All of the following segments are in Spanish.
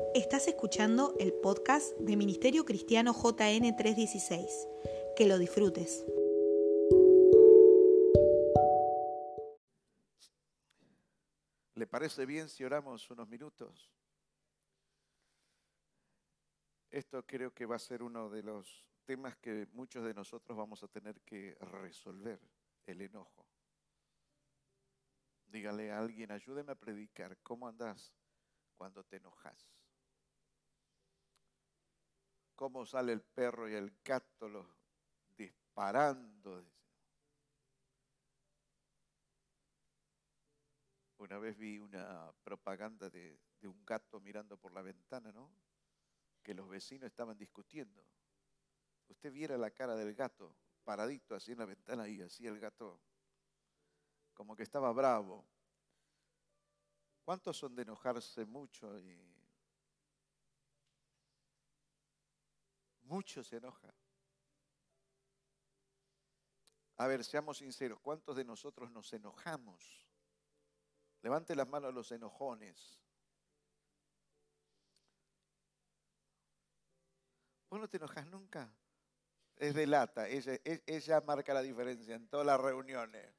Estás escuchando el podcast de Ministerio Cristiano JN 316. Que lo disfrutes. ¿Le parece bien si oramos unos minutos? Esto creo que va a ser uno de los temas que muchos de nosotros vamos a tener que resolver, el enojo. Dígale a alguien, ayúdeme a predicar, ¿cómo andás cuando te enojas? ¿Cómo sale el perro y el gato los disparando? Una vez vi una propaganda de un gato mirando por la ventana, ¿no? Que los vecinos estaban discutiendo. Usted viera la cara del gato paradito así en la ventana y así el gato como que estaba bravo. ¿Cuántos son de enojarse mucho? Y mucho se enoja. A ver, seamos sinceros, ¿cuántos de nosotros nos enojamos? Levante las manos los enojones. ¿Vos no te enojas nunca? Es de lata, ella marca la diferencia en todas las reuniones.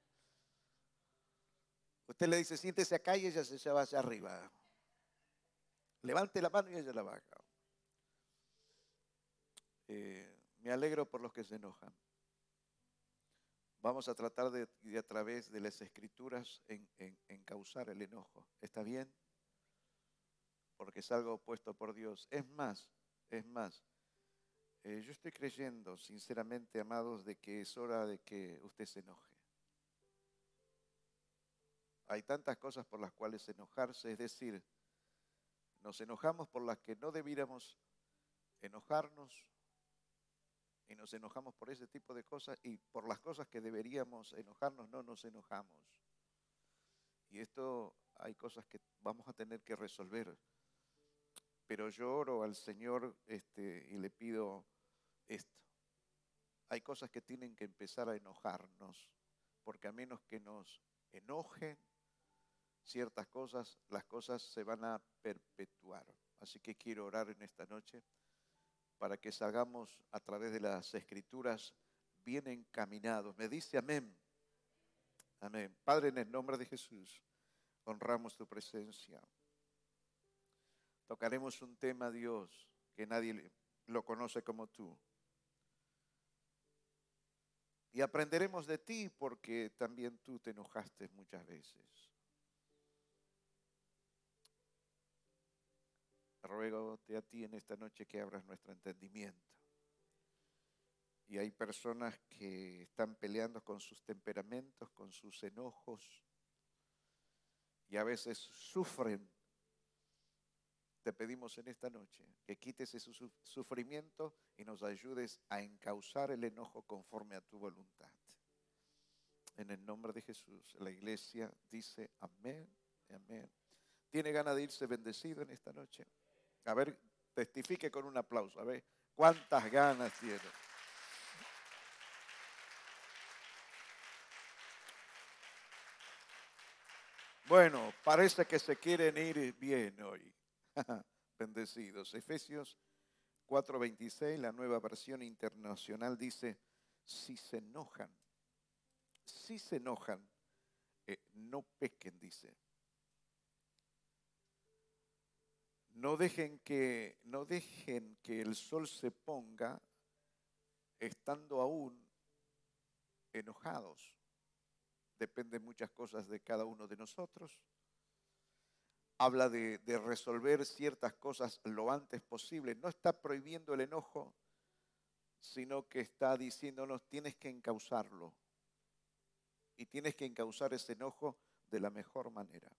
Usted le dice, siéntese acá y ella se va hacia arriba. Levante la mano y ella la baja. Me alegro por los que se enojan. Vamos a tratar de a través de las escrituras encauzar el enojo. ¿Está bien? Porque es algo puesto por Dios. Es más, yo estoy creyendo sinceramente, amados, de que es hora de que usted se enoje. Hay tantas cosas por las cuales enojarse, es decir, nos enojamos por las que no debiéramos enojarnos y nos enojamos por ese tipo de cosas y por las cosas que deberíamos enojarnos no nos enojamos. Y esto hay cosas que vamos a tener que resolver. Pero yo oro al Señor y le pido esto. Hay cosas que tienen que empezar a enojarnos, porque a menos que nos enojen ciertas cosas, las cosas se van a perpetuar. Así que quiero orar en esta noche para que salgamos a través de las Escrituras bien encaminados. Me dice amén. Amén. Padre, en el nombre de Jesús, honramos tu presencia. Tocaremos un tema, Dios, que nadie lo conoce como tú. Y aprenderemos de ti porque también tú te enojaste muchas veces. Ruégote a ti en esta noche que abras nuestro entendimiento. Y hay personas que están peleando con sus temperamentos, con sus enojos, y a veces sufren. Te pedimos en esta noche que quites ese sufrimiento y nos ayudes a encauzar el enojo conforme a tu voluntad. En el nombre de Jesús, la iglesia dice amén, amén. ¿Tiene ganas de irse bendecido en esta noche? A ver, testifique con un aplauso, a ver cuántas ganas tiene. Bueno, parece que se quieren ir bien hoy. Bendecidos. Efesios 4:26, la nueva versión internacional dice, si se enojan, no pequen, dice. No dejen que el sol se ponga estando aún enojados. Dependen muchas cosas de cada uno de nosotros. Habla de resolver ciertas cosas lo antes posible. No está prohibiendo el enojo, sino que está diciéndonos tienes que encauzarlo. Y tienes que encauzar ese enojo de la mejor manera.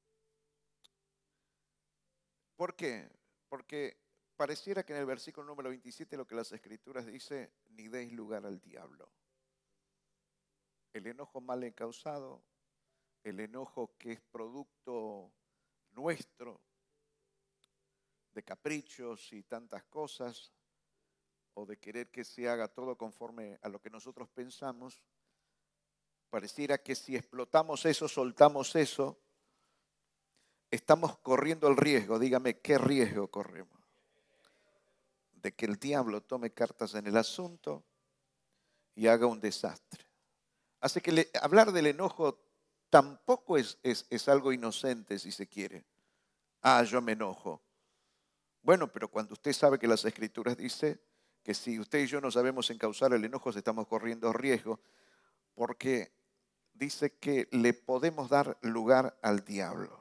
¿Por qué? Porque pareciera que en el versículo número 27 lo que las Escrituras dice, ni deis lugar al diablo. El enojo mal encausado, el enojo que es producto nuestro, de caprichos y tantas cosas, o de querer que se haga todo conforme a lo que nosotros pensamos, pareciera que si explotamos eso, soltamos eso, estamos corriendo el riesgo, dígame, ¿qué riesgo corremos? De que el diablo tome cartas en el asunto y haga un desastre. Así que hablar del enojo tampoco es algo inocente, si se quiere. Ah, yo me enojo. Bueno, pero cuando usted sabe que las Escrituras dicen que si usted y yo no sabemos encauzar el enojo, estamos corriendo riesgo, porque dice que le podemos dar lugar al diablo.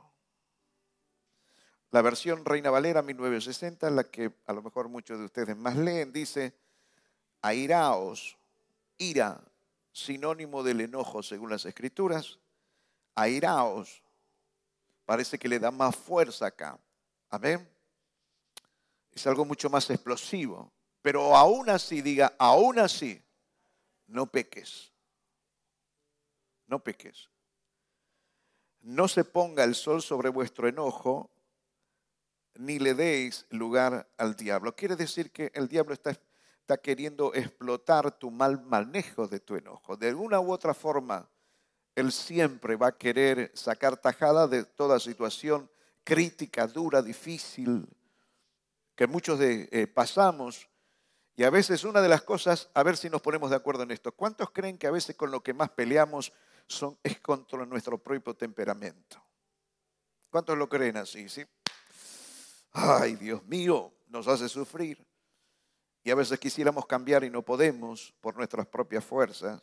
La versión Reina Valera 1960, la que a lo mejor muchos de ustedes más leen, dice: airaos, ira, sinónimo del enojo según las Escrituras. Airaos, parece que le da más fuerza acá. Amén. Es algo mucho más explosivo. Pero aún así, diga, aún así, no peques. No peques. No se ponga el sol sobre vuestro enojo, ni le deis lugar al diablo. Quiere decir que el diablo está queriendo explotar tu mal manejo de tu enojo. De alguna u otra forma, él siempre va a querer sacar tajada de toda situación crítica, dura, difícil, que muchos pasamos. Y a veces una de las cosas, a ver si nos ponemos de acuerdo en esto, ¿cuántos creen que a veces con lo que más peleamos es contra nuestro propio temperamento? ¿Cuántos lo creen así? ¿Sí? Ay, Dios mío, nos hace sufrir. Y a veces quisiéramos cambiar y no podemos por nuestras propias fuerzas.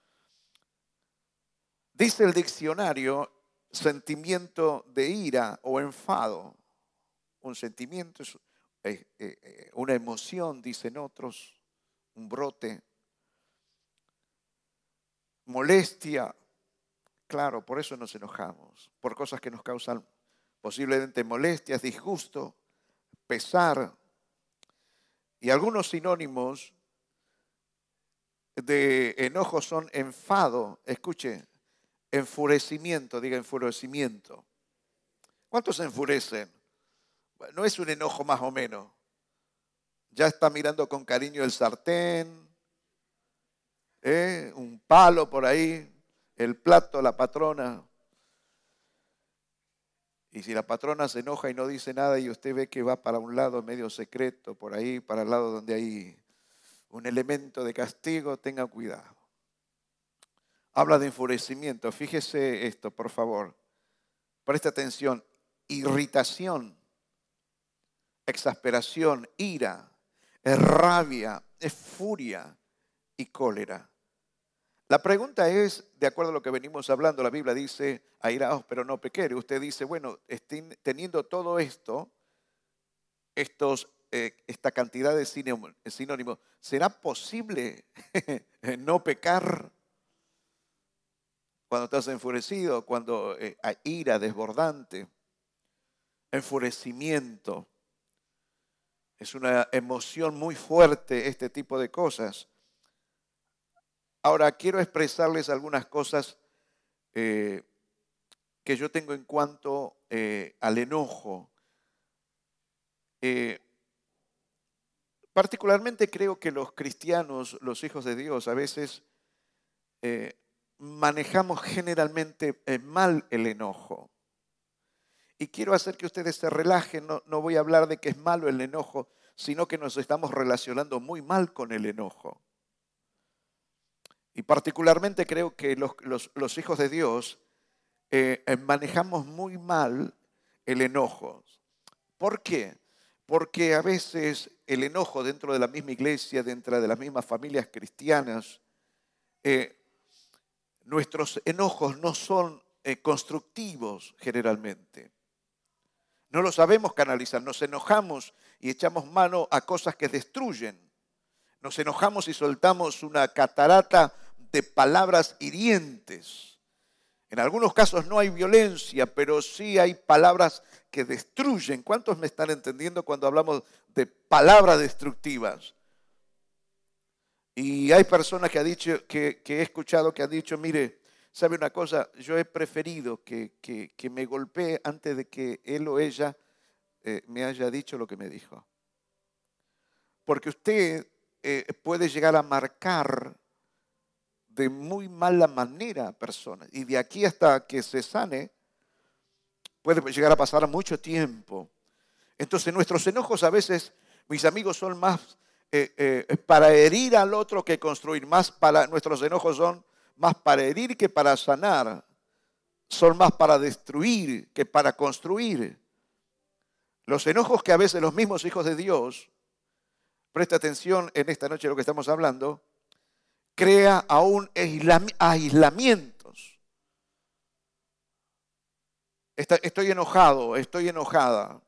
Dice el diccionario, sentimiento de ira o enfado. Un sentimiento es una emoción, dicen otros, un brote. Molestia, claro, por eso nos enojamos, por cosas que nos causan posiblemente molestias, disgusto, pesar. Y algunos sinónimos de enojo son enfado, escuche, enfurecimiento, diga enfurecimiento. ¿Cuántos se enfurecen? No es un enojo más o menos. Ya está mirando con cariño el sartén, un palo por ahí, el plato, la patrona. Y si la patrona se enoja y no dice nada y usted ve que va para un lado medio secreto, por ahí, para el lado donde hay un elemento de castigo, tenga cuidado. Habla de enfurecimiento. Fíjese esto, por favor. Preste atención. Irritación, exasperación, ira, es rabia, es furia y cólera. La pregunta es, de acuerdo a lo que venimos hablando, la Biblia dice, airaos pero no pequéis. Usted dice, bueno, teniendo todo esto, esta cantidad de sinónimos, ¿será posible no pecar cuando estás enfurecido, cuando hay ira desbordante, enfurecimiento? Es una emoción muy fuerte este tipo de cosas. Ahora, quiero expresarles algunas cosas que yo tengo en cuanto al enojo. Particularmente creo que los cristianos, los hijos de Dios, a veces manejamos generalmente mal el enojo. Y quiero hacer que ustedes se relajen, no voy a hablar de que es malo el enojo, sino que nos estamos relacionando muy mal con el enojo. Y particularmente creo que los hijos de Dios manejamos muy mal el enojo. ¿Por qué? Porque a veces el enojo dentro de la misma iglesia, dentro de las mismas familias cristianas, nuestros enojos no son constructivos generalmente. No lo sabemos canalizar, nos enojamos y echamos mano a cosas que destruyen. Nos enojamos y soltamos una catarata de palabras hirientes. En algunos casos no hay violencia, pero sí hay palabras que destruyen. ¿Cuántos me están entendiendo cuando hablamos de palabras destructivas? Y hay personas que he escuchado que han dicho, mire, ¿sabe una cosa? Yo he preferido que me golpee antes de que él o ella me haya dicho lo que me dijo. Porque usted puede llegar a marcar de muy mala manera a personas. Y de aquí hasta que se sane, puede llegar a pasar mucho tiempo. Entonces nuestros enojos a veces, mis amigos, son más para herir al otro que construir. Nuestros enojos son más para herir que para sanar. Son más para destruir que para construir. Los enojos que a veces los mismos hijos de Dios, presta atención en esta noche lo que estamos hablando, crea aún aislamientos. Estoy enojado, estoy enojada.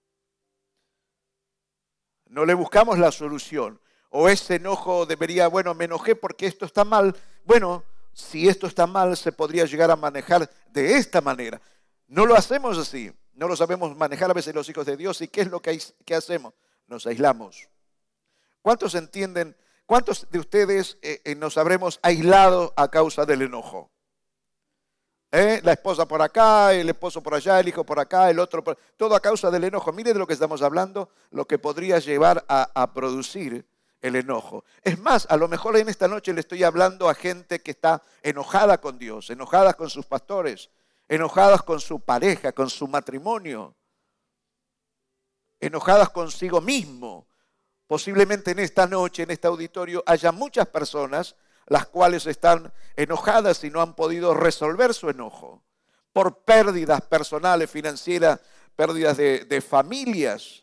No le buscamos la solución. O ese enojo debería, bueno, me enojé porque esto está mal. Bueno, si esto está mal, se podría llegar a manejar de esta manera. No lo hacemos así. No lo sabemos manejar a veces los hijos de Dios. ¿Y qué es lo que hacemos? Nos aislamos. ¿Cuántos entienden? ¿Cuántos de ustedes nos habremos aislado a causa del enojo? La esposa por acá, el esposo por allá, el hijo por acá, el otro por... Todo a causa del enojo. Mire de lo que estamos hablando, lo que podría llevar a producir el enojo. Es más, a lo mejor en esta noche le estoy hablando a gente que está enojada con Dios, enojada con sus pastores, enojadas con su pareja, con su matrimonio, enojadas consigo mismo. Posiblemente en esta noche, en este auditorio, haya muchas personas las cuales están enojadas y no han podido resolver su enojo por pérdidas personales, financieras, pérdidas de familias.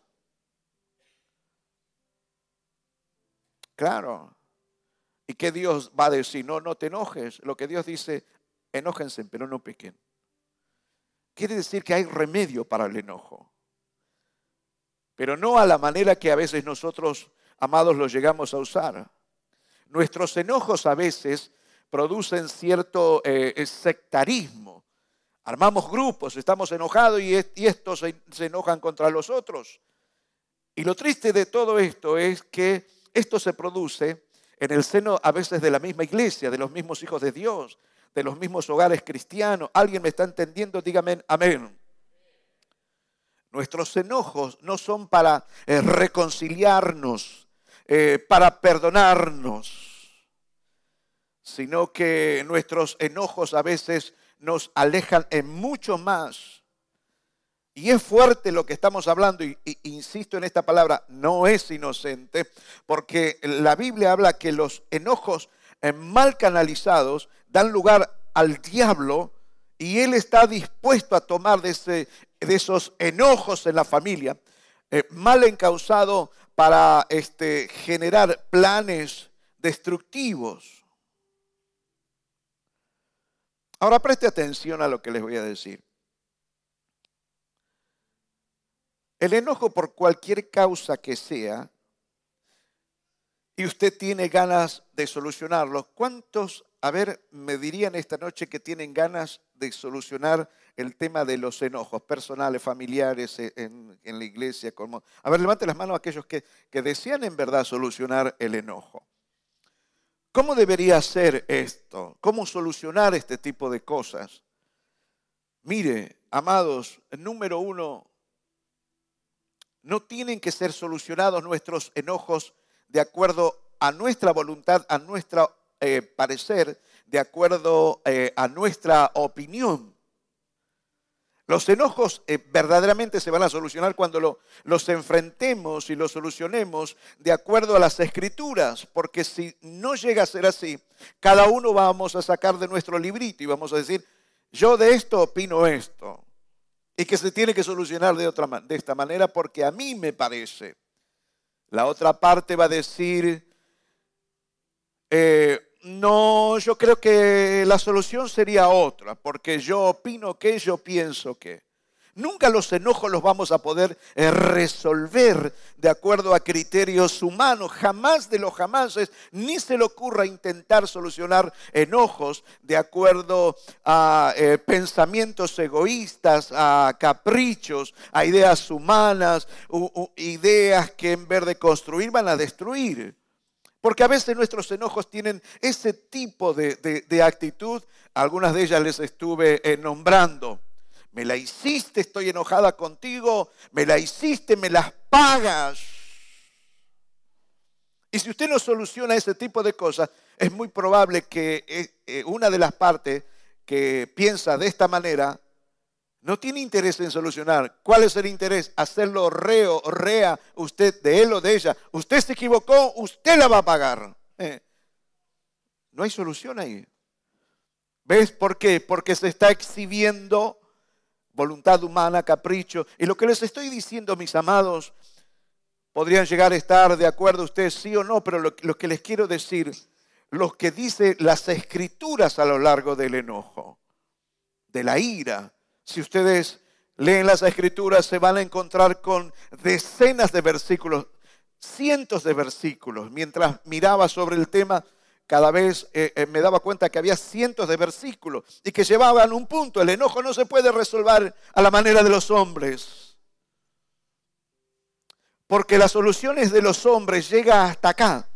Claro. ¿Y qué Dios va a decir? No, no te enojes. Lo que Dios dice, enójense, pero no pequen. Quiere decir que hay remedio para el enojo. Pero no a la manera que a veces nosotros, amados, lo llegamos a usar. Nuestros enojos a veces producen cierto sectarismo. Armamos grupos, estamos enojados y estos se enojan contra los otros. Y lo triste de todo esto es que esto se produce en el seno a veces de la misma iglesia, de los mismos hijos de Dios, de los mismos hogares cristianos. ¿Alguien me está entendiendo? Dígame amén. Nuestros enojos no son para reconciliarnos, para perdonarnos, sino que nuestros enojos a veces nos alejan en mucho más. Y es fuerte lo que estamos hablando, y insisto en esta palabra, no es inocente, porque la Biblia habla que los enojos mal canalizados dan lugar al diablo, y él está dispuesto a tomar de esos enojos en la familia, mal encausado para generar planes destructivos. Ahora preste atención a lo que les voy a decir. El enojo por cualquier causa que sea, y usted tiene ganas de solucionarlo, ¿cuántos, me dirían esta noche que tienen ganas de solucionar el tema de los enojos personales, familiares, en la iglesia? Levante las manos aquellos que desean en verdad solucionar el enojo. ¿Cómo debería ser esto? ¿Cómo solucionar este tipo de cosas? Mire, amados, número uno, no tienen que ser solucionados nuestros enojos de acuerdo a nuestra voluntad, a nuestro parecer, de acuerdo a nuestra opinión. Los enojos verdaderamente se van a solucionar cuando los enfrentemos y los solucionemos de acuerdo a las Escrituras, porque si no llega a ser así, cada uno vamos a sacar de nuestro librito y vamos a decir, yo de esto opino esto, y que se tiene que solucionar de esta manera porque a mí me parece. La otra parte va a decir, no, yo creo que la solución sería otra, porque yo opino que, yo pienso que. Nunca los enojos los vamos a poder resolver de acuerdo a criterios humanos. Jamás de los jamases, ni se le ocurra intentar solucionar enojos de acuerdo a pensamientos egoístas, a caprichos, a ideas humanas, ideas que en vez de construir van a destruir. Porque a veces nuestros enojos tienen ese tipo de actitud. Algunas de ellas les estuve nombrando. Me la hiciste, estoy enojada contigo. Me la hiciste, me las pagas. Y si usted no soluciona ese tipo de cosas, es muy probable que una de las partes que piensa de esta manera No tiene interés en solucionar. ¿Cuál es el interés? Hacerlo reo o rea usted de él o de ella. Usted se equivocó, usted la va a pagar. No hay solución ahí. ¿Ves por qué? Porque se está exhibiendo voluntad humana, capricho. Y lo que les estoy diciendo, mis amados, podrían llegar a estar de acuerdo ustedes sí o no, pero lo que les quiero decir, lo que dice las Escrituras a lo largo del enojo, de la ira. Si ustedes leen las Escrituras, se van a encontrar con decenas de versículos, cientos de versículos. Mientras miraba sobre el tema, cada vez me daba cuenta que había cientos de versículos y que llevaban un punto. El enojo no se puede resolver a la manera de los hombres, porque las soluciones de los hombres llegan hasta acá.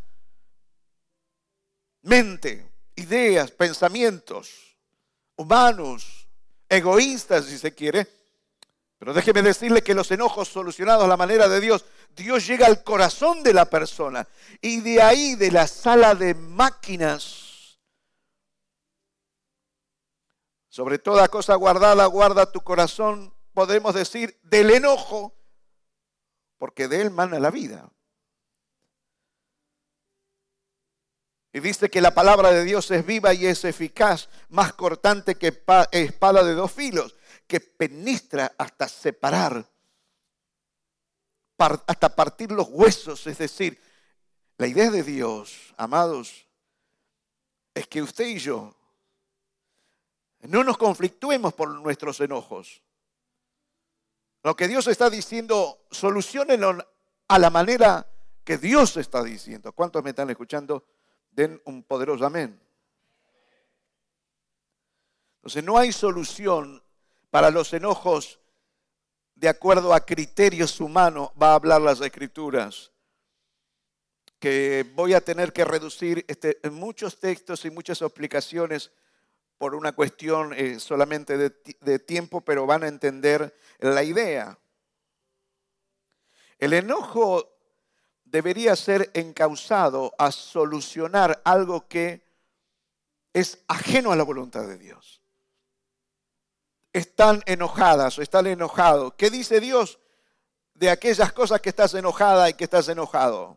Mente, ideas, pensamientos humanos, egoístas si se quiere. Pero déjeme decirle que los enojos solucionados a la manera de Dios, Dios llega al corazón de la persona. Y de ahí, de la sala de máquinas, sobre toda cosa guardada, guarda tu corazón, podemos decir, del enojo, porque de él mana la vida. Y dice que la palabra de Dios es viva y es eficaz, más cortante que espada de dos filos, que penetra hasta separar, hasta partir los huesos. Es decir, la idea de Dios, amados, es que usted y yo no nos conflictuemos por nuestros enojos. Lo que Dios está diciendo, soluciónenlo a la manera que Dios está diciendo. ¿Cuántos me están escuchando? Den un poderoso amén. Entonces no hay solución para los enojos de acuerdo a criterios humanos. Va a hablar las Escrituras, que voy a tener que reducir en muchos textos y muchas explicaciones por una cuestión solamente de tiempo, pero van a entender la idea. El enojo debería ser encauzado a solucionar algo que es ajeno a la voluntad de Dios. Están enojadas o están enojados. ¿Qué dice Dios de aquellas cosas que estás enojada y que estás enojado?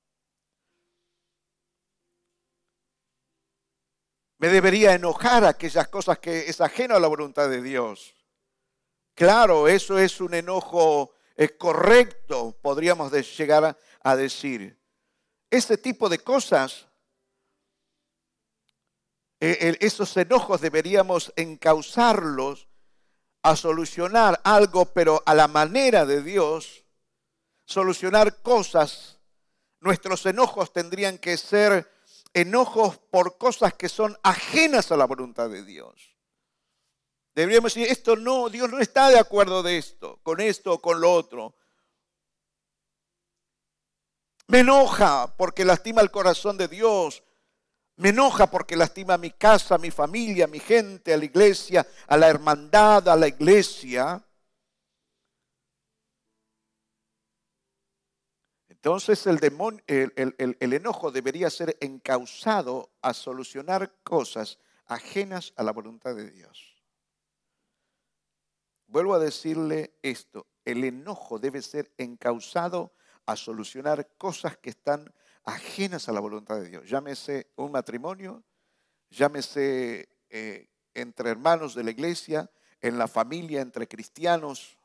Me debería enojar aquellas cosas que es ajeno a la voluntad de Dios. Claro, eso es un enojo correcto, podríamos llegar a decir. Ese tipo de cosas, esos enojos deberíamos encauzarlos a solucionar algo, pero a la manera de Dios, solucionar cosas. Nuestros enojos tendrían que ser enojos por cosas que son ajenas a la voluntad de Dios. Deberíamos decir, esto no, Dios no está de acuerdo de esto, o con lo otro. Me enoja porque lastima el corazón de Dios. Me enoja porque lastima a mi casa, a mi familia, a mi gente, a la iglesia, a la hermandad, a la iglesia. Entonces el enojo debería ser encauzado a solucionar cosas ajenas a la voluntad de Dios. Vuelvo a decirle esto, el enojo debe ser encauzado a solucionar cosas que están ajenas a la voluntad de Dios. Llámese un matrimonio, llámese entre hermanos de la iglesia, en la familia, entre cristianos.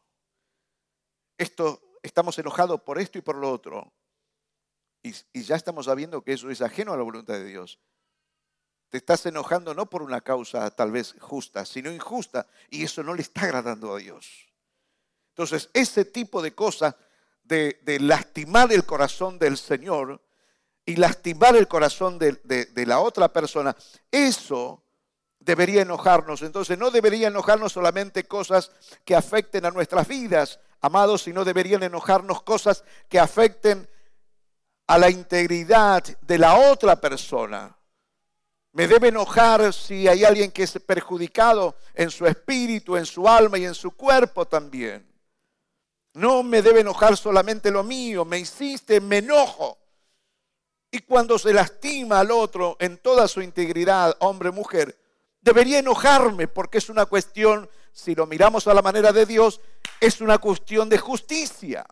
Estamos enojados por esto y por lo otro. Y ya estamos sabiendo que eso es ajeno a la voluntad de Dios. Te estás enojando no por una causa tal vez justa, sino injusta. Y eso no le está agradando a Dios. Entonces, ese tipo de cosas de lastimar el corazón del Señor y lastimar el corazón de la otra persona, eso debería enojarnos. Entonces, no debería enojarnos solamente cosas que afecten a nuestras vidas, amados, sino deberían enojarnos cosas que afecten a la integridad de la otra persona. Me debe enojar si hay alguien que es perjudicado en su espíritu, en su alma y en su cuerpo también. No me debe enojar solamente lo mío, me hiciste, me enojo. Y cuando se lastima al otro en toda su integridad, hombre, mujer, debería enojarme porque es una cuestión si lo miramos a la manera de Dios, es una cuestión de justicia.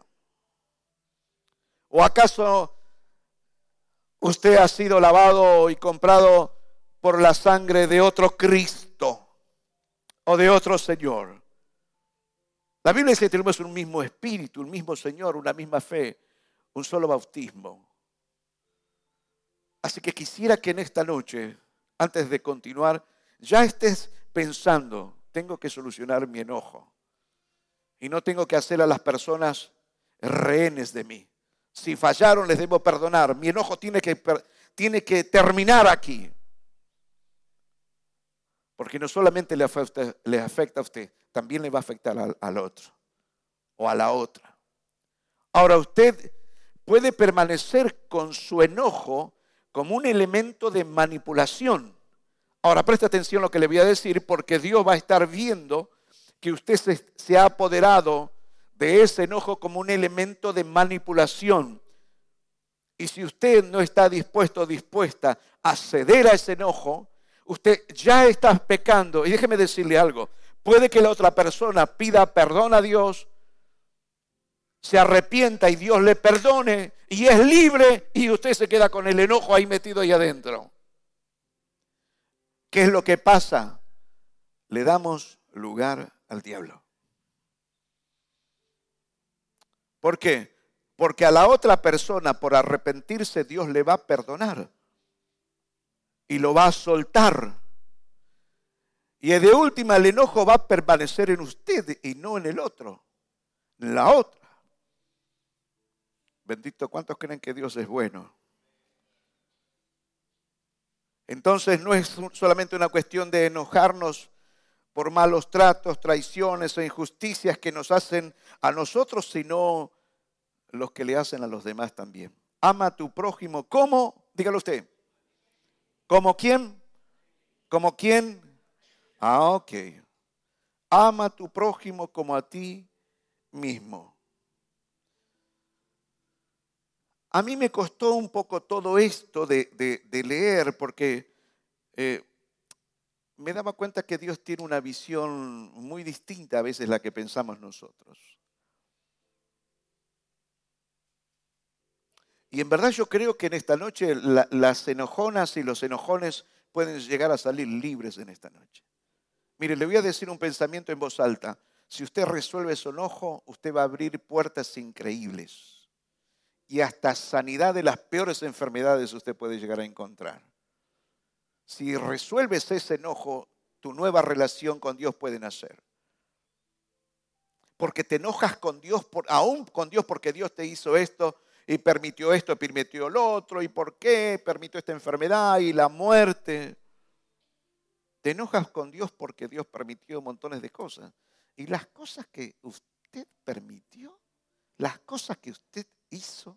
¿O acaso usted ha sido lavado y comprado por la sangre de otro Cristo o de otro Señor? La Biblia dice que tenemos un mismo espíritu, un mismo Señor, una misma fe, un solo bautismo. Así que quisiera que en esta noche, antes de continuar, ya estés pensando, tengo que solucionar mi enojo. Y no tengo que hacer a las personas rehenes de mí. Si fallaron, les debo perdonar. Mi enojo tiene que terminar aquí. Porque no solamente le afecta a usted, también le va a afectar al otro o a la otra. Ahora, usted puede permanecer con su enojo como un elemento de manipulación. Ahora, preste atención a lo que le voy a decir, porque Dios va a estar viendo que usted se ha apoderado de ese enojo como un elemento de manipulación. Y si usted no está dispuesto o dispuesta a ceder a ese enojo, usted ya está pecando. Y déjeme decirle algo, puede que la otra persona pida perdón a Dios, se arrepienta y Dios le perdone y es libre y usted se queda con el enojo ahí metido ahí adentro. ¿Qué es lo que pasa? Le damos lugar al diablo. ¿Por qué? Porque a la otra persona por arrepentirse Dios le va a perdonar y lo va a soltar. Y de última el enojo va a permanecer en usted y no en el otro, en la otra. Bendito, ¿cuántos creen que Dios es bueno? Entonces no es solamente una cuestión de enojarnos por malos tratos, traiciones o injusticias que nos hacen a nosotros, sino los que le hacen a los demás también. Ama a tu prójimo como, dígalo usted, ¿como quién? ¿Como quién? Ah, ok. Ama a tu prójimo como a ti mismo. A mí me costó un poco todo esto de leer porque me daba cuenta que Dios tiene una visión muy distinta a veces la que pensamos nosotros. Y en verdad yo creo que en esta noche las enojonas y los enojones pueden llegar a salir libres en esta noche. Mire, le voy a decir un pensamiento en voz alta. Si usted resuelve su enojo, usted va a abrir puertas increíbles. Y hasta sanidad de las peores enfermedades usted puede llegar a encontrar. Si resuelves ese enojo, tu nueva relación con Dios puede nacer. Porque te enojas con Dios, aún con Dios porque Dios te hizo esto y permitió esto, permitió lo otro, y por qué permitió esta enfermedad y la muerte. Te enojas con Dios porque Dios permitió montones de cosas. Y las cosas que usted permitió, las cosas que usted hizo.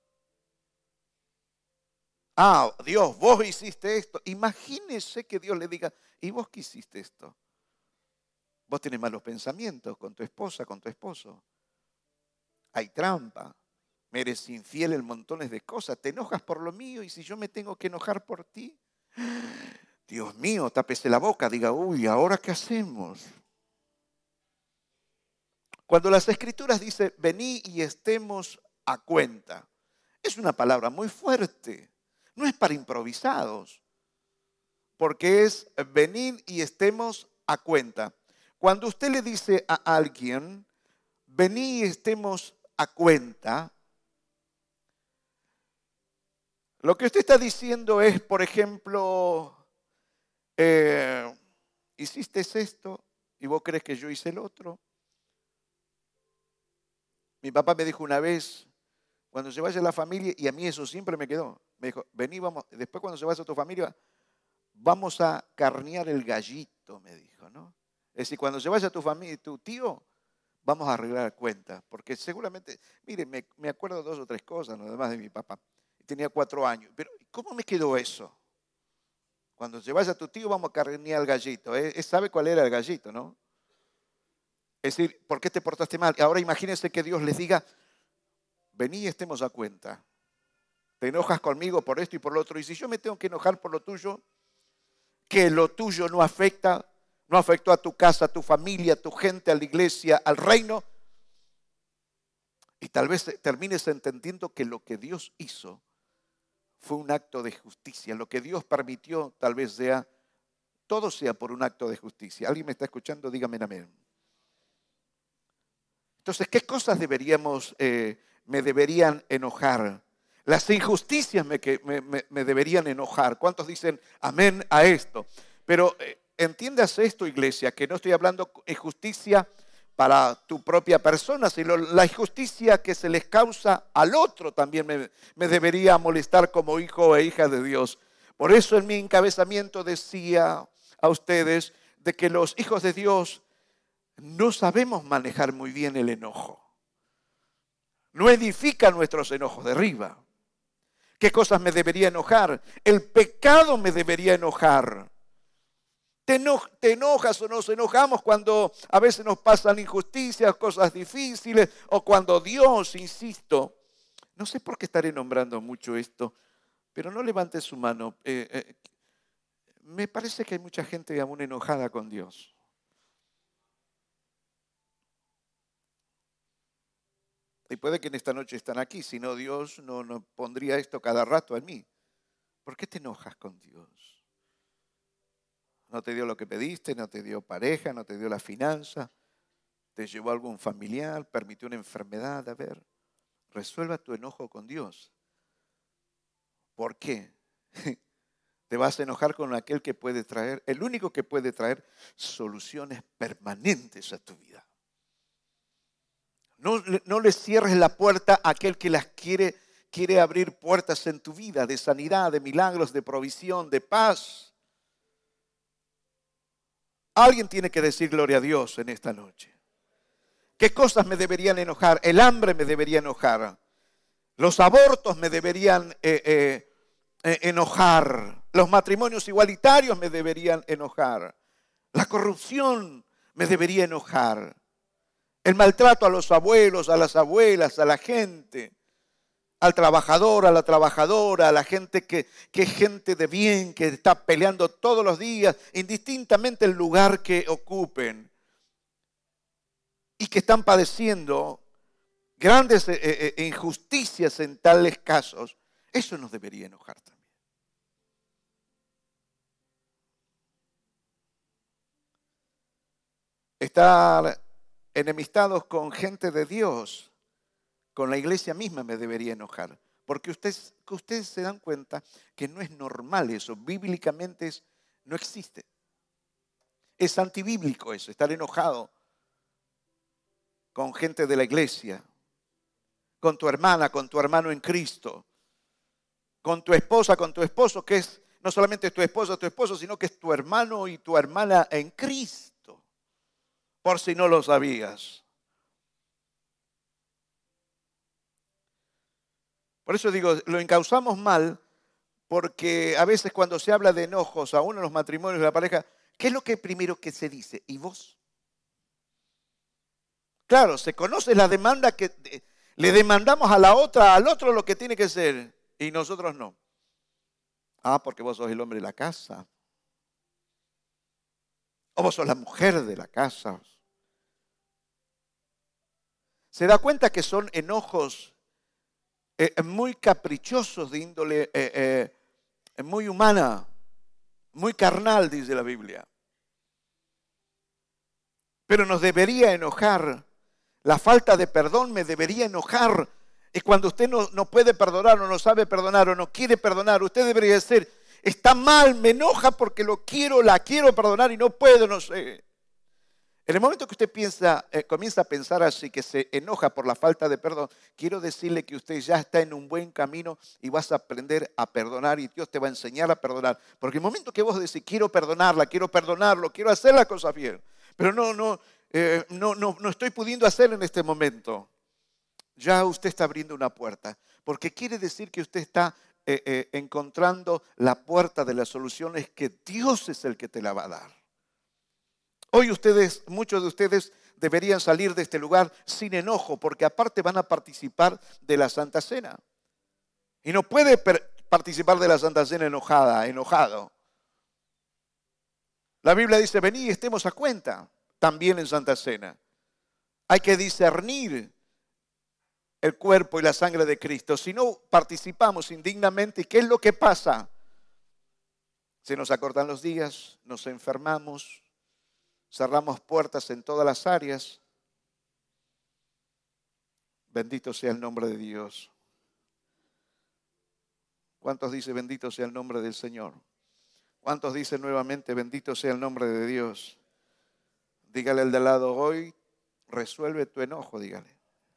Ah, Dios, vos hiciste esto. Imagínese que Dios le diga, ¿y vos qué hiciste esto? Vos tenés malos pensamientos con tu esposa, con tu esposo. Hay trampa. Me eres infiel en montones de cosas. Te enojas por lo mío y si yo me tengo que enojar por ti. Dios mío, tápese la boca, diga, uy, ¿ahora qué hacemos? Cuando las Escrituras dicen, vení y estemos a cuenta, es una palabra muy fuerte, no es para improvisados, porque es venid y estemos a cuenta. Cuando usted le dice a alguien, vení y estemos a cuenta, lo que usted está diciendo es, por ejemplo, hiciste esto y vos crees que yo hice el otro. Mi papá me dijo una vez, cuando se vaya la familia, y a mí eso siempre me quedó, me dijo, vení, vamos, después cuando se vaya tu familia, vamos a carnear el gallito, me dijo, ¿no? Es decir, cuando se vaya tu familia, tu tío, vamos a arreglar cuentas, porque seguramente, mire, me acuerdo 2 o 3 cosas, ¿no? Además de mi papá. Tenía 4 años, pero ¿cómo me quedó eso? Cuando se vaya tu tío, vamos a carnear el gallito. ¿Sabe cuál era el gallito, no? Es decir, ¿por qué te portaste mal? Ahora imagínense que Dios les diga, vení y estemos a cuenta. Te enojas conmigo por esto y por lo otro. Y si yo me tengo que enojar por lo tuyo, que lo tuyo no afecta no afectó a tu casa, a tu familia, a tu gente, a la iglesia, al reino. Y tal vez termines entendiendo que lo que Dios hizo fue un acto de justicia. Lo que Dios permitió tal vez sea, todo sea por un acto de justicia. ¿Alguien me está escuchando? Dígame amén. Entonces, ¿qué cosas me deberían enojar? Las injusticias me deberían enojar. ¿Cuántos dicen amén a esto? Pero entiendas esto, iglesia, que no estoy hablando de injusticia para tu propia persona, sino la injusticia que se les causa al otro también me debería molestar como hijo e hija de Dios. Por eso en mi encabezamiento decía a ustedes de que los hijos de Dios no sabemos manejar muy bien el enojo. No edifica nuestros enojos, derriba. ¿Qué cosas me debería enojar? El pecado me debería enojar. Te enojas o nos enojamos cuando a veces nos pasan injusticias, cosas difíciles, o cuando Dios, insisto, no sé por qué estaré nombrando mucho esto, pero no levante su mano. Me parece que hay mucha gente aún enojada con Dios. Y puede que en esta noche están aquí, si no Dios no pondría esto cada rato en mí. ¿Por qué te enojas con Dios? No te dio lo que pediste, no te dio pareja, no te dio la finanza, te llevó algún familiar, permitió una enfermedad. A ver, resuelva tu enojo con Dios. ¿Por qué? Te vas a enojar con aquel que puede traer, el único que puede traer soluciones permanentes a tu vida. No le cierres la puerta a aquel que las quiere abrir puertas en tu vida, de sanidad, de milagros, de provisión, de paz. Alguien tiene que decir gloria a Dios en esta noche. ¿Qué cosas me deberían enojar? El hambre me debería enojar. Los abortos me deberían enojar. Los matrimonios igualitarios me deberían enojar. La corrupción me debería enojar. El maltrato a los abuelos, a las abuelas, a la gente, al trabajador, a la trabajadora, a la gente que es gente de bien, que está peleando todos los días, indistintamente el lugar que ocupen, y que están padeciendo grandes injusticias en tales casos. Eso nos debería enojar también. Estar enemistados con gente de Dios, con la iglesia misma me debería enojar. Porque ustedes se dan cuenta que no es normal eso. Bíblicamente no existe. Es antibíblico eso, estar enojado con gente de la iglesia, con tu hermana, con tu hermano en Cristo, con tu esposa, con tu esposo, que es no solamente tu esposo, sino que es tu hermano y tu hermana en Cristo, por si no lo sabías. Por eso digo, lo encauzamos mal, porque a veces cuando se habla de enojos, aún en los matrimonios de la pareja, ¿qué es lo que primero que se dice? ¿Y vos? Claro, se conoce la demanda que le demandamos a la otra, al otro lo que tiene que ser, y nosotros no. Ah, porque vos sos el hombre de la casa. O vos sos la mujer de la casa. Se da cuenta que son enojos muy caprichosos de índole muy humana, muy carnal, dice la Biblia. Pero nos debería enojar. La falta de perdón me debería enojar. Y cuando usted no puede perdonar o no sabe perdonar o no quiere perdonar, usted debería decir, está mal, me enoja porque la quiero perdonar y no puedo, no sé. En el momento que usted comienza a pensar así, que se enoja por la falta de perdón, quiero decirle que usted ya está en un buen camino y vas a aprender a perdonar y Dios te va a enseñar a perdonar. Porque el momento que vos decís, quiero perdonarla, quiero perdonarlo, quiero hacer las cosas bien, pero no estoy pudiendo hacer en este momento, ya usted está abriendo una puerta. Porque quiere decir que usted está encontrando la puerta de las soluciones que Dios es el que te la va a dar. Hoy muchos de ustedes deberían salir de este lugar sin enojo, porque aparte van a participar de la Santa Cena. Y no puede participar de la Santa Cena enojado. La Biblia dice, vení y estemos a cuenta, también en Santa Cena. Hay que discernir el cuerpo y la sangre de Cristo. Si no participamos indignamente, ¿qué es lo que pasa? Se nos acortan los días, nos enfermamos, cerramos puertas en todas las áreas. Bendito sea el nombre de Dios. ¿Cuántos dicen bendito sea el nombre del Señor? ¿Cuántos dicen nuevamente bendito sea el nombre de Dios? Dígale al de al lado, hoy resuelve tu enojo, dígale.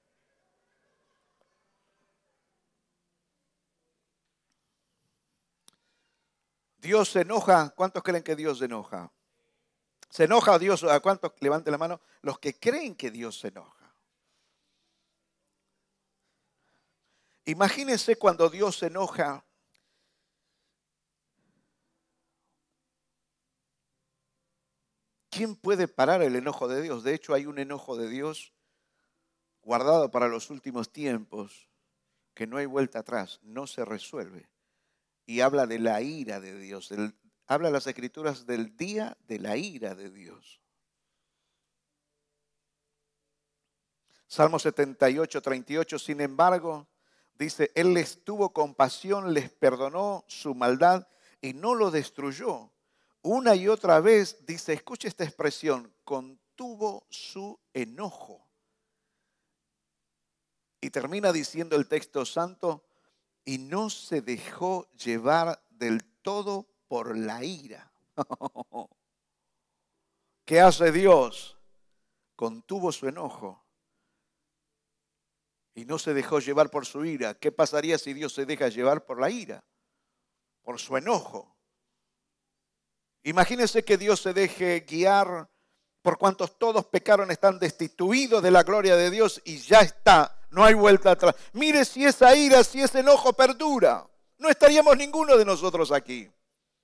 Dios se enoja. ¿Cuántos creen que Dios se enoja? ¿Se enoja Dios? ¿A cuántos? Levanten la mano. Los que creen que Dios se enoja. Imagínense cuando Dios se enoja. ¿Quién puede parar el enojo de Dios? De hecho, hay un enojo de Dios guardado para los últimos tiempos que no hay vuelta atrás, no se resuelve. Y habla de la ira de Dios. Habla las Escrituras del día de la ira de Dios. Salmo 78, 38, sin embargo, dice, Él les tuvo compasión, les perdonó su maldad y no lo destruyó. Una y otra vez dice, escuche esta expresión, contuvo su enojo. Y termina diciendo el texto santo, y no se dejó llevar del todo por la ira. ¿Qué hace Dios? Contuvo su enojo y no se dejó llevar por su ira. ¿Qué pasaría si Dios se deja llevar por la ira? Por su enojo. Imagínense que Dios se deje guiar por cuantos todos pecaron, están destituidos de la gloria de Dios y ya está, no hay vuelta atrás. Mire si esa ira, si ese enojo perdura, no estaríamos ninguno de nosotros aquí.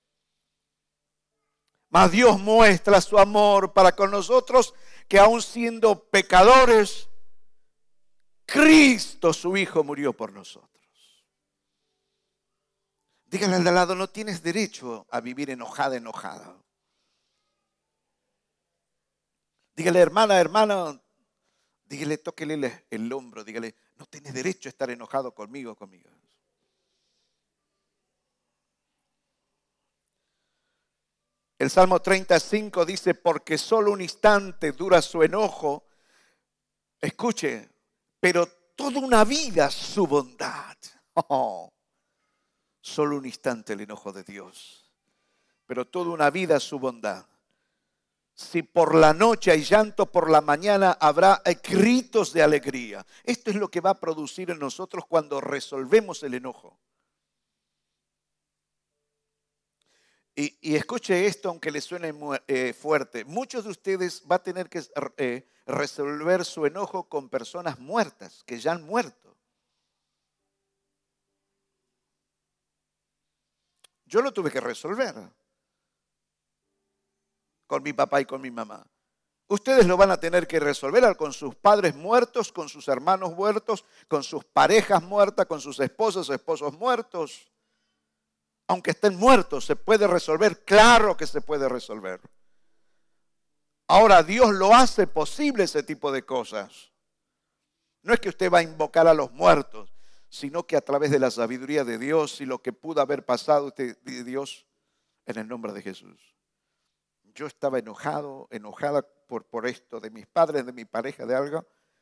Mas Dios muestra su amor para con nosotros, que aun siendo pecadores, Cristo, su Hijo, murió por nosotros. Dígale al de al lado, no tienes derecho a vivir enojada. Dígale, hermana, dígale, tóquele el hombro, dígale, no tienes derecho a estar enojado conmigo. El Salmo 35 dice, porque solo un instante dura su enojo. Escuche, pero toda una vida su bondad. Solo un instante el enojo de Dios, pero toda una vida su bondad. Si por la noche hay llanto, por la mañana habrá gritos de alegría. Esto es lo que va a producir en nosotros cuando resolvemos el enojo. Y escuche esto, aunque le suene fuerte. Muchos de ustedes van a tener que resolver su enojo con personas muertas, que ya han muerto. Yo lo tuve que resolver con mi papá y con mi mamá. Ustedes lo van a tener que resolver con sus padres muertos, con sus hermanos muertos, con sus parejas muertas, con sus esposos muertos. Aunque estén muertos, ¿se puede resolver? Claro que se puede resolver. Ahora, Dios lo hace posible ese tipo de cosas. No es que usted va a invocar a los muertos, sino que a través de la sabiduría de Dios y lo que pudo haber pasado, usted dice, Dios, en el nombre de Jesús. Yo estaba enojada por esto de mis padres, de mi pareja, de algo,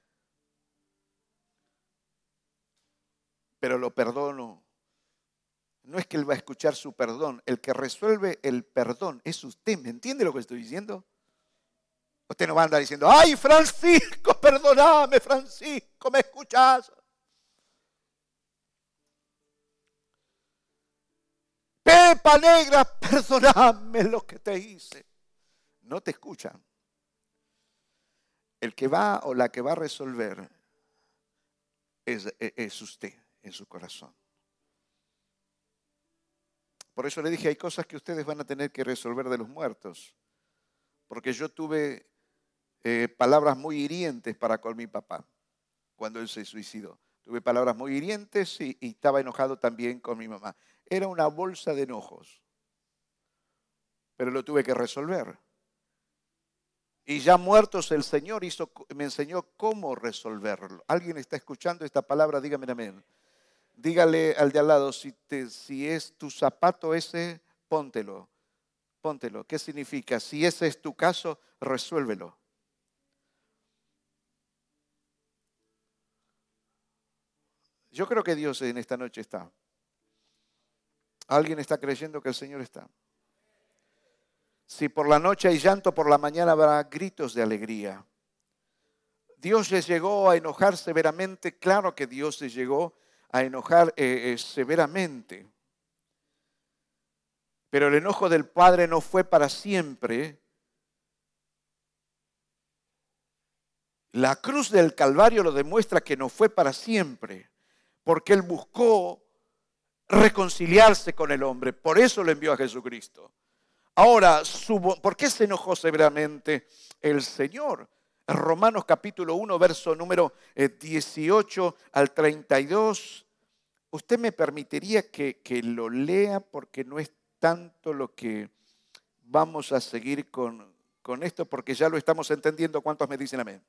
pero lo perdono. No es que Él va a escuchar su perdón, el que resuelve el perdón es usted. ¿Me entiende lo que estoy diciendo? Usted no va a andar diciendo, ay, Francisco, perdóname, Francisco, ¿me escuchás? Pepa negra, perdóname lo que te hice. No te escuchan. El que va o la que va a resolver es usted en su corazón. Por eso le dije, hay cosas que ustedes van a tener que resolver de los muertos. Porque yo tuve palabras muy hirientes para con mi papá cuando él se suicidó. Tuve palabras muy hirientes y y, estaba enojado también con mi mamá. Era una bolsa de enojos. pero lo tuve que resolver. Y ya muertos el Señor me enseñó cómo resolverlo. ¿Alguien está escuchando esta palabra? Dígame amén. Dígale al de al lado, si es tu zapato ese, póntelo. Póntelo. ¿Qué significa? Si ese es tu caso, resuélvelo. Yo creo que Dios en esta noche está. ¿Alguien está creyendo que el Señor está? Si por la noche hay llanto, por la mañana habrá gritos de alegría. Dios les llegó a enojar severamente. Claro que Dios les llegó a enojar severamente. Pero el enojo del Padre no fue para siempre. La cruz del Calvario lo demuestra que no fue para siempre, porque Él buscó reconciliarse con el hombre. Por eso lo envió a Jesucristo. Ahora, ¿por qué se enojó severamente el Señor? En Romanos capítulo 1, verso número 18 al 32. Usted me permitiría que lo lea porque no es tanto lo que vamos a seguir con esto, porque ya lo estamos entendiendo. ¿Cuántos me dicen amén?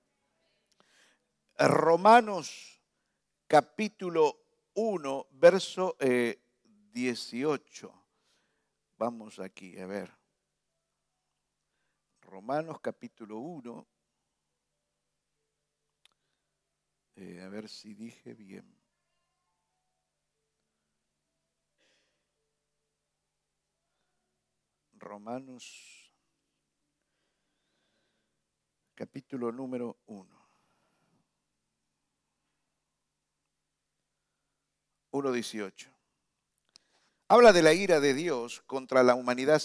Romanos capítulo 1, verso 18. Vamos aquí, a ver. Romanos capítulo 1. A ver si dije bien. Romanos capítulo número 1. 1:18. Habla de la ira de Dios contra la humanidad,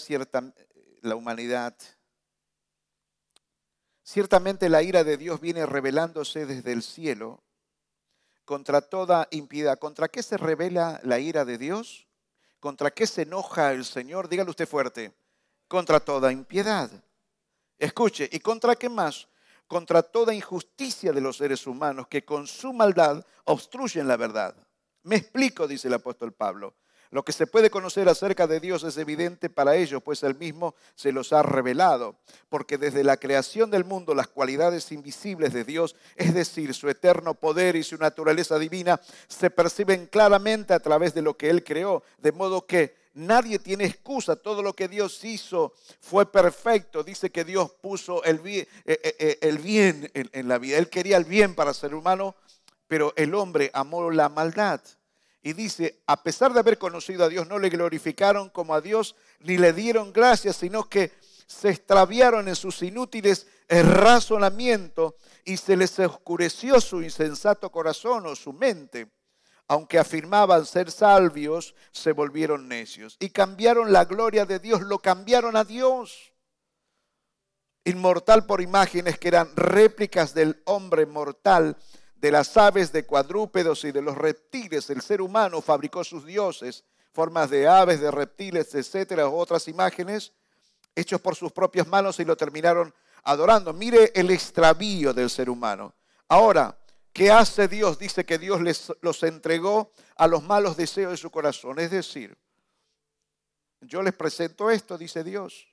Ciertamente la ira de Dios viene revelándose desde el cielo contra toda impiedad. ¿Contra qué se revela la ira de Dios? ¿Contra qué se enoja el Señor? Dígalo usted fuerte. Contra toda impiedad. Escuche, ¿y contra qué más? Contra toda injusticia de los seres humanos que con su maldad obstruyen la verdad. Me explico, dice el apóstol Pablo. Lo que se puede conocer acerca de Dios es evidente para ellos, pues Él mismo se los ha revelado. Porque desde la creación del mundo, las cualidades invisibles de Dios, es decir, su eterno poder y su naturaleza divina, se perciben claramente a través de lo que Él creó. De modo que nadie tiene excusa. Todo lo que Dios hizo fue perfecto. Dice que Dios puso el bien en la vida. Él quería el bien para el ser humano, pero el hombre amó la maldad. Y dice, a pesar de haber conocido a Dios, no le glorificaron como a Dios, ni le dieron gracias, sino que se extraviaron en sus inútiles razonamientos y se les oscureció su insensato corazón o su mente. Aunque afirmaban ser sabios, se volvieron necios. Y cambiaron la gloria de Dios, lo cambiaron a Dios. Inmortal por imágenes que eran réplicas del hombre mortal, de las aves, de cuadrúpedos y de los reptiles. El ser humano fabricó sus dioses, formas de aves, de reptiles, etcétera, otras imágenes, hechos por sus propias manos y lo terminaron adorando. Mire el extravío del ser humano. Ahora, ¿qué hace Dios? Dice que Dios los entregó a los malos deseos de su corazón. Es decir, yo les presento esto, dice Dios.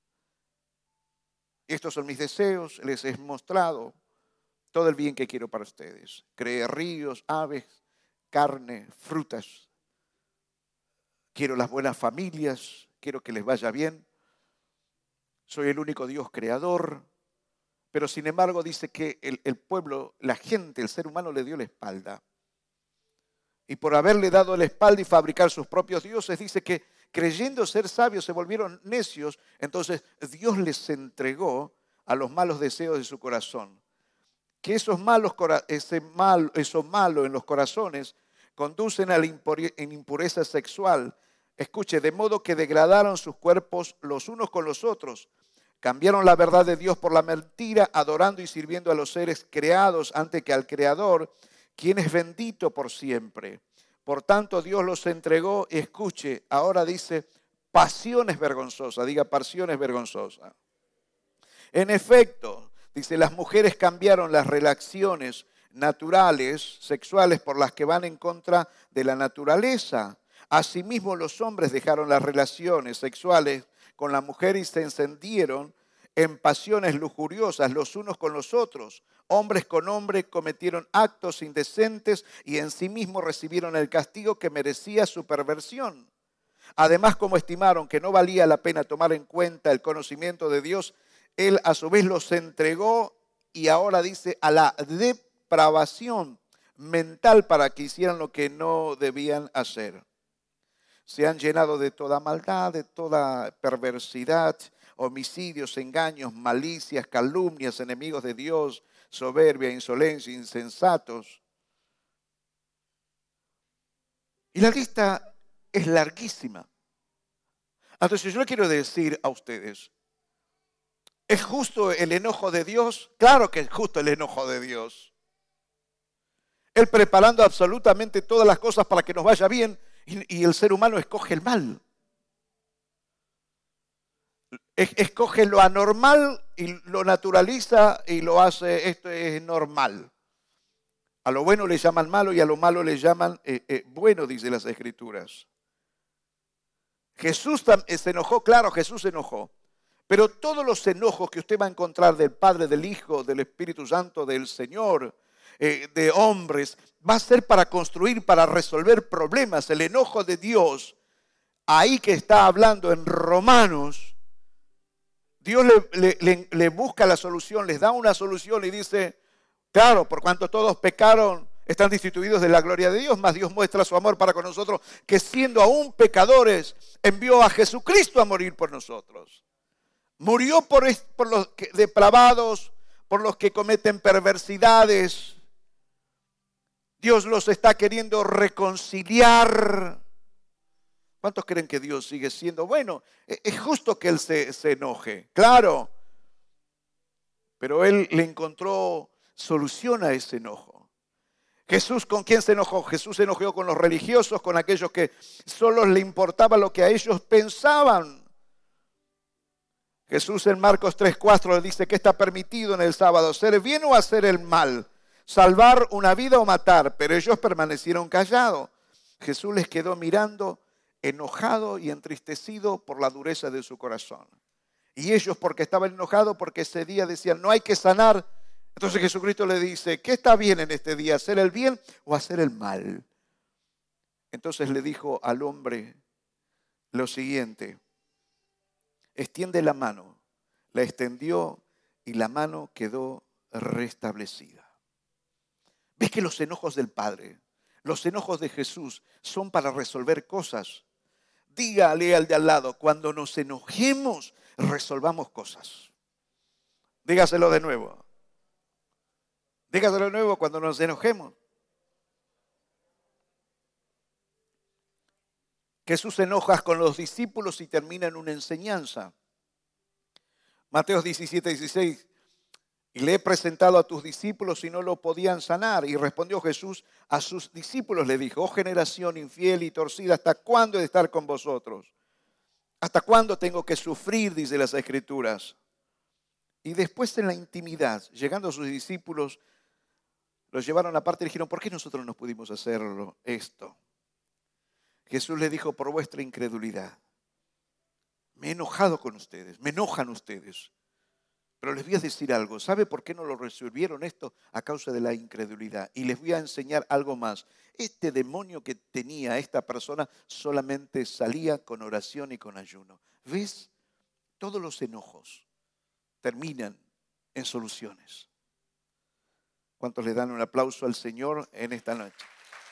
Estos son mis deseos, les he mostrado todo el bien que quiero para ustedes. Creé ríos, aves, carne, frutas. Quiero las buenas familias, quiero que les vaya bien. Soy el único Dios creador. Pero sin embargo dice que el pueblo, la gente, el ser humano le dio la espalda. Y por haberle dado la espalda y fabricar sus propios dioses, dice que creyendo ser sabios se volvieron necios. Entonces Dios les entregó a los malos deseos de su corazón. Que eso malo en los corazones conducen a la impureza sexual. Escuche, de modo que degradaron sus cuerpos los unos con los otros. Cambiaron la verdad de Dios por la mentira, adorando y sirviendo a los seres creados antes que al Creador, quien es bendito por siempre. Por tanto, Dios los entregó, escuche, ahora dice, pasiones vergonzosas. Diga, pasiones vergonzosas. En efecto, dice, las mujeres cambiaron las relaciones naturales, sexuales, por las que van en contra de la naturaleza. Asimismo, los hombres dejaron las relaciones sexuales con la mujer y se encendieron en pasiones lujuriosas los unos con los otros. Hombres con hombres cometieron actos indecentes y en sí mismos recibieron el castigo que merecía su perversión. Además, como estimaron que no valía la pena tomar en cuenta el conocimiento de Dios, Él a su vez los entregó y ahora dice a la depravación mental para que hicieran lo que no debían hacer. Se han llenado de toda maldad, de toda perversidad, homicidios, engaños, malicias, calumnias, enemigos de Dios, soberbia, insolencia, insensatos. Y la lista es larguísima. Entonces yo le quiero decir a ustedes, ¿es justo el enojo de Dios? Claro que es justo el enojo de Dios. Él preparando absolutamente todas las cosas para que nos vaya bien y el ser humano escoge el mal. Escoge lo anormal y lo naturaliza y lo hace, esto es normal. A lo bueno le llaman malo y a lo malo le llaman bueno, dice las Escrituras. Jesús se enojó, claro, Jesús se enojó. Pero todos los enojos que usted va a encontrar del Padre, del Hijo, del Espíritu Santo, del Señor, de hombres, va a ser para construir, para resolver problemas. El enojo de Dios, ahí que está hablando en Romanos, Dios le busca la solución, les da una solución y dice, claro, por cuanto todos pecaron, están destituidos de la gloria de Dios, mas Dios muestra su amor para con nosotros, que siendo aún pecadores, envió a Jesucristo a morir por nosotros. Murió por los depravados, por los que cometen perversidades. Dios los está queriendo reconciliar. ¿Cuántos creen que Dios sigue siendo bueno? Es justo que Él se enoje, claro. Pero Él le encontró solución a ese enojo. Jesús, ¿con quién se enojó? Jesús se enojó con los religiosos, con aquellos que solo le importaba lo que a ellos pensaban. Jesús en Marcos 3:4 le dice que está permitido en el sábado, hacer el bien o hacer el mal, salvar una vida o matar, pero ellos permanecieron callados. Jesús les quedó mirando, enojado y entristecido por la dureza de su corazón. Y ellos, porque estaban enojados, porque ese día decían, no hay que sanar. Entonces Jesucristo le dice, ¿qué está bien en este día? ¿Hacer el bien o hacer el mal? Entonces le dijo al hombre lo siguiente, extiende la mano. La extendió y la mano quedó restablecida. ¿Ves que los enojos del Padre, los enojos de Jesús son para resolver cosas? Dígale al de al lado, cuando nos enojemos, resolvamos cosas. Dígaselo de nuevo. Dígaselo de nuevo cuando nos enojemos. Jesús se enoja con los discípulos y termina en una enseñanza. Mateo 17:16. Y le he presentado a tus discípulos y no lo podían sanar. Y respondió Jesús a sus discípulos, le dijo, oh generación infiel y torcida, ¿hasta cuándo he de estar con vosotros? ¿Hasta cuándo tengo que sufrir? Dice las Escrituras. Y después en la intimidad, llegando a sus discípulos, los llevaron aparte y dijeron, ¿por qué nosotros no pudimos hacerlo esto? Jesús les dijo, por vuestra incredulidad. Me he enojado con ustedes, me enojan ustedes. Pero les voy a decir algo. ¿Sabe por qué no lo resolvieron esto? A causa de la incredulidad. Y les voy a enseñar algo más. Este demonio que tenía esta persona solamente salía con oración y con ayuno. ¿Ves? Todos los enojos terminan en soluciones. ¿Cuántos le dan un aplauso al Señor en esta noche?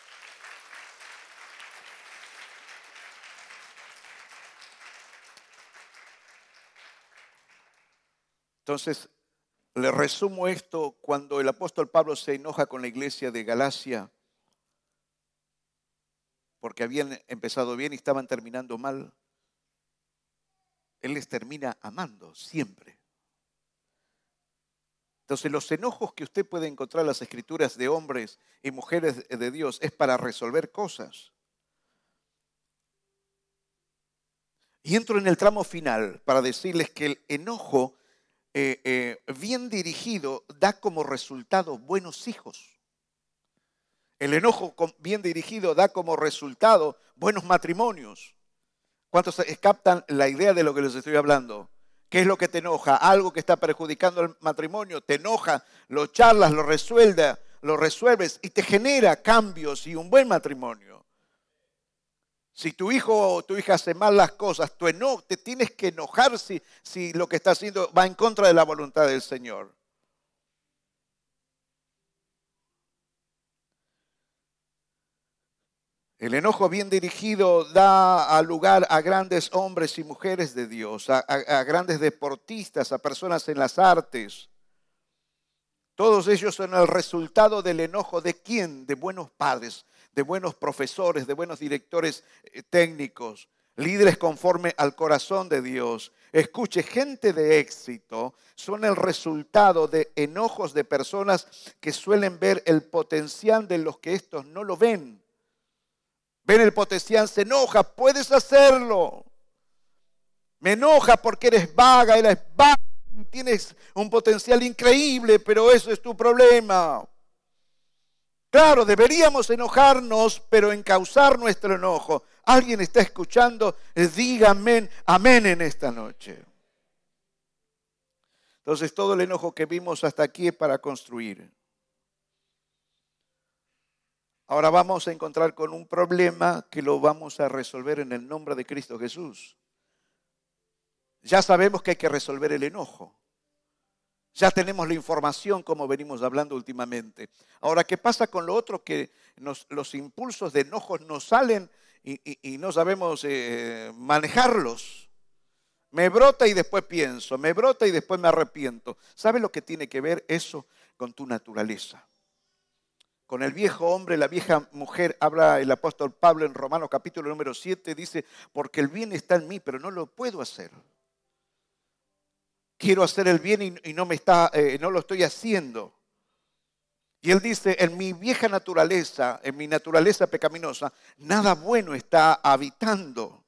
Entonces, le resumo esto, cuando el apóstol Pablo se enoja con la iglesia de Galacia, porque habían empezado bien y estaban terminando mal, Él les termina amando siempre. Entonces, los enojos que usted puede encontrar en las escrituras de hombres y mujeres de Dios es para resolver cosas. Y entro en el tramo final para decirles que el enojo bien dirigido da como resultado buenos hijos. El enojo bien dirigido da como resultado buenos matrimonios. ¿Cuántos captan la idea de lo que les estoy hablando? ¿Qué es lo que te enoja? Algo que está perjudicando el matrimonio, te enoja, lo charlas, lo resuelves y te genera cambios y un buen matrimonio. Si tu hijo o tu hija hace mal las cosas, te tienes que enojar si lo que está haciendo va en contra de la voluntad del Señor. El enojo bien dirigido da lugar a grandes hombres y mujeres de Dios, a grandes deportistas, a personas en las artes. Todos ellos son el resultado del enojo de ¿quién? De buenos padres, de buenos profesores, de buenos directores técnicos, líderes conforme al corazón de Dios. Escuche, gente de éxito son el resultado de enojos de personas que suelen ver el potencial de los que estos no lo ven. Ven el potencial, se enoja, puedes hacerlo. Me enoja porque eres vaga, tienes un potencial increíble, pero eso es tu problema. Claro, deberíamos enojarnos, pero encauzar nuestro enojo. ¿Alguien está escuchando? Diga amén, amén en esta noche. Entonces todo el enojo que vimos hasta aquí es para construir. Ahora vamos a encontrar con un problema que lo vamos a resolver en el nombre de Cristo Jesús. Ya sabemos que hay que resolver el enojo. Ya tenemos la información como venimos hablando últimamente. Ahora, ¿qué pasa con lo otro? Que los impulsos de enojos nos salen y no sabemos manejarlos. Me brota y después pienso, me brota y después me arrepiento. ¿Sabe lo que tiene que ver eso con tu naturaleza? Con el viejo hombre, la vieja mujer, habla el apóstol Pablo en Romanos capítulo número 7, dice, porque el bien está en mí, pero no lo puedo hacer. Quiero hacer el bien y no lo estoy haciendo. Y él dice, en mi vieja naturaleza, en mi naturaleza pecaminosa, nada bueno está habitando.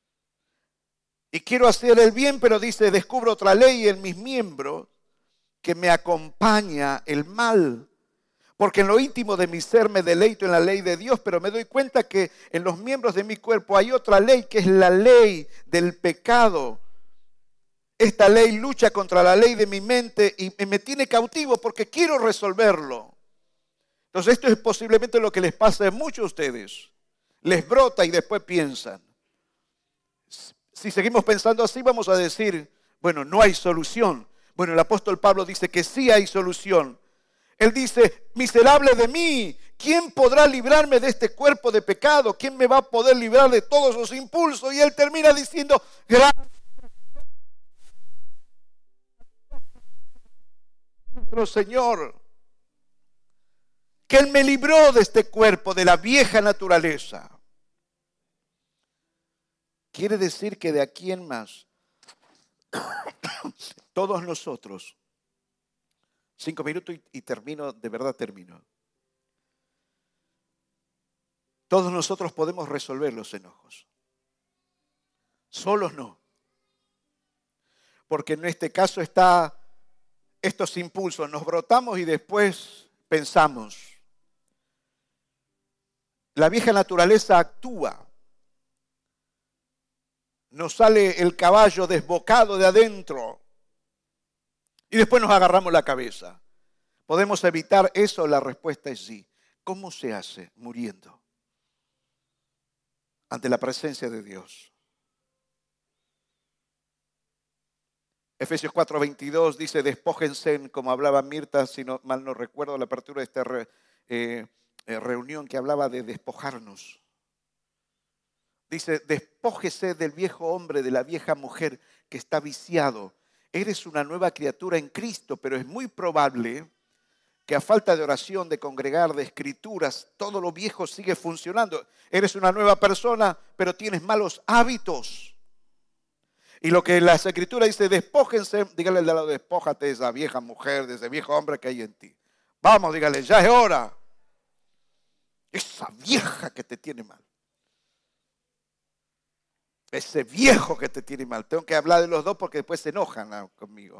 Y quiero hacer el bien, pero dice, descubro otra ley en mis miembros que me acompaña el mal. Porque en lo íntimo de mi ser me deleito en la ley de Dios, pero me doy cuenta que en los miembros de mi cuerpo hay otra ley, que es la ley del pecado. Esta ley lucha contra la ley de mi mente y me tiene cautivo porque quiero resolverlo. Entonces esto es posiblemente lo que les pasa a muchos de ustedes. Les brota y después piensan. Si seguimos pensando así, vamos a decir, bueno, no hay solución. Bueno, el apóstol Pablo dice que sí hay solución. Él dice, miserable de mí, ¿quién podrá librarme de este cuerpo de pecado? ¿Quién me va a poder librar de todos los impulsos? Y él termina diciendo, gracias Señor, que Él me libró de este cuerpo, de la vieja naturaleza. Quiere decir que de aquí en más, todos nosotros, 5 minutos y termino, de verdad termino. Todos nosotros podemos resolver los enojos. Solos no. Porque en este caso está estos impulsos. Nos brotamos y después pensamos. La vieja naturaleza actúa. Nos sale el caballo desbocado de adentro. Y después nos agarramos la cabeza. ¿Podemos evitar eso? La respuesta es sí. ¿Cómo se hace? Muriendo ante la presencia de Dios. Efesios 4:22 dice, despójense, como hablaba Mirta, si no, mal no recuerdo, la apertura de esta reunión que hablaba de despojarnos. Dice, despójese del viejo hombre, de la vieja mujer que está viciado. Eres una nueva criatura en Cristo, pero es muy probable que a falta de oración, de congregar, de escrituras, todo lo viejo sigue funcionando. Eres una nueva persona, pero tienes malos hábitos. Y lo que las escrituras dice, despójense, dígale al de al lado, despójate de esa vieja mujer, de ese viejo hombre que hay en ti. Vamos, dígale, ya es hora. Esa vieja que te tiene mal. Ese viejo que te tiene mal. Tengo que hablar de los dos porque después se enojan conmigo.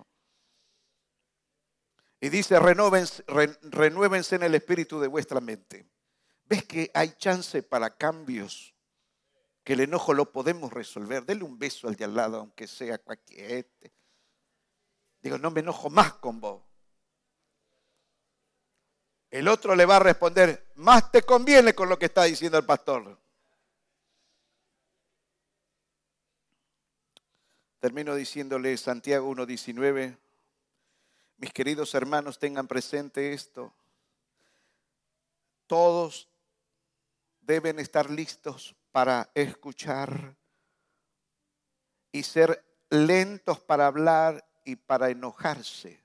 Y dice, renuévense en el espíritu de vuestra mente. ¿Ves que hay chance para cambios? que el enojo lo podemos resolver. Dele un beso al de al lado, aunque sea cualquier. Digo, no me enojo más con vos. El otro le va a responder, más te conviene con lo que está diciendo el pastor. Termino diciéndole Santiago 1:19. Mis queridos hermanos, tengan presente esto. Todos deben estar listos para escuchar y ser lentos para hablar y para enojarse.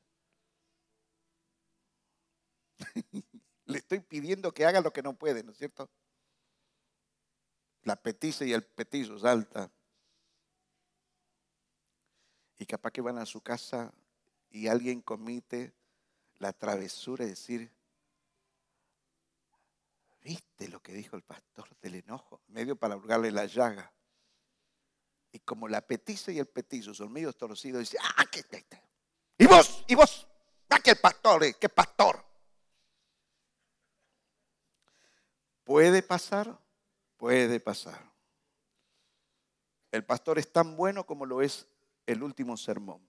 Le estoy pidiendo que haga lo que no puede, ¿no es cierto? La petiza y el petizo salta. Y capaz que van a su casa y alguien comete la travesura de decir, ¿viste lo que dijo el pastor del enojo? Medio para hurgarle la llaga. Y como la petiza y el petizo son medio torcidos, dice, ¡ah, qué! ¿Y vos? ¿Ah, qué pastor? ¿Qué pastor? ¿Puede pasar? Puede pasar. El pastor es tan bueno como lo es el último sermón.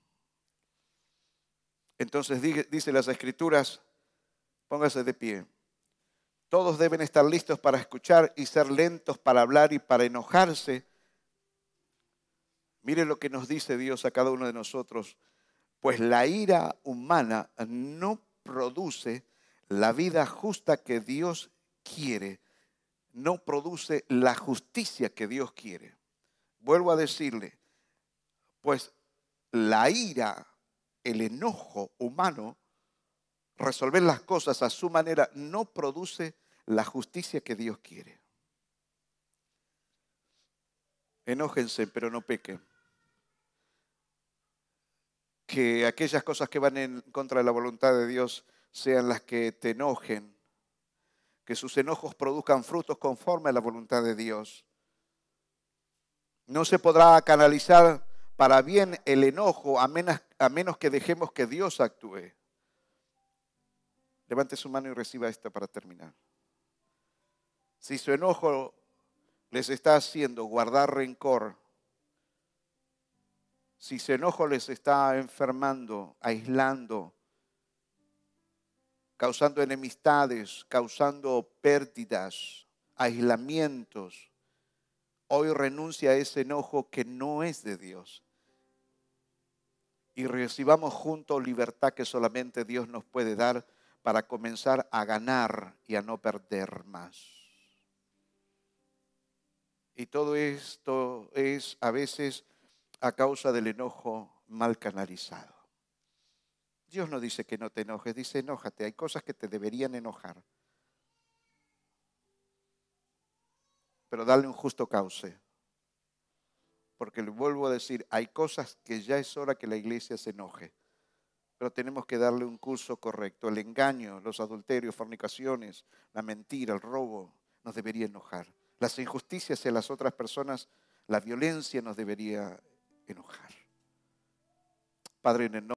Entonces dice las Escrituras, póngase de pie. Todos deben estar listos para escuchar y ser lentos para hablar y para enojarse. Mire lo que nos dice Dios a cada uno de nosotros. Pues la ira humana no produce la vida justa que Dios quiere. No produce la justicia que Dios quiere. Vuelvo a decirle, pues la ira, el enojo humano, resolver las cosas a su manera, no produce la justicia que Dios quiere. Enójense, pero no pequen. Que aquellas cosas que van en contra de la voluntad de Dios sean las que te enojen. Que sus enojos produzcan frutos conforme a la voluntad de Dios. No se podrá canalizar para bien el enojo a menos que dejemos que Dios actúe. Levante su mano y reciba esto para terminar. Si su enojo les está haciendo guardar rencor, si su enojo les está enfermando, aislando, causando enemistades, causando pérdidas, aislamientos, hoy renuncia a ese enojo que no es de Dios. Y recibamos juntos libertad que solamente Dios nos puede dar para comenzar a ganar y a no perder más. Y todo esto es a veces a causa del enojo mal canalizado. Dios no dice que no te enojes, dice enójate. Hay cosas que te deberían enojar. Pero dale un justo cauce. Porque le vuelvo a decir, hay cosas que ya es hora que la iglesia se enoje. Pero tenemos que darle un curso correcto. El engaño, los adulterios, fornicaciones, la mentira, el robo, nos debería enojar. Las injusticias hacia las otras personas, la violencia nos debería enojar. Padre, en el nombre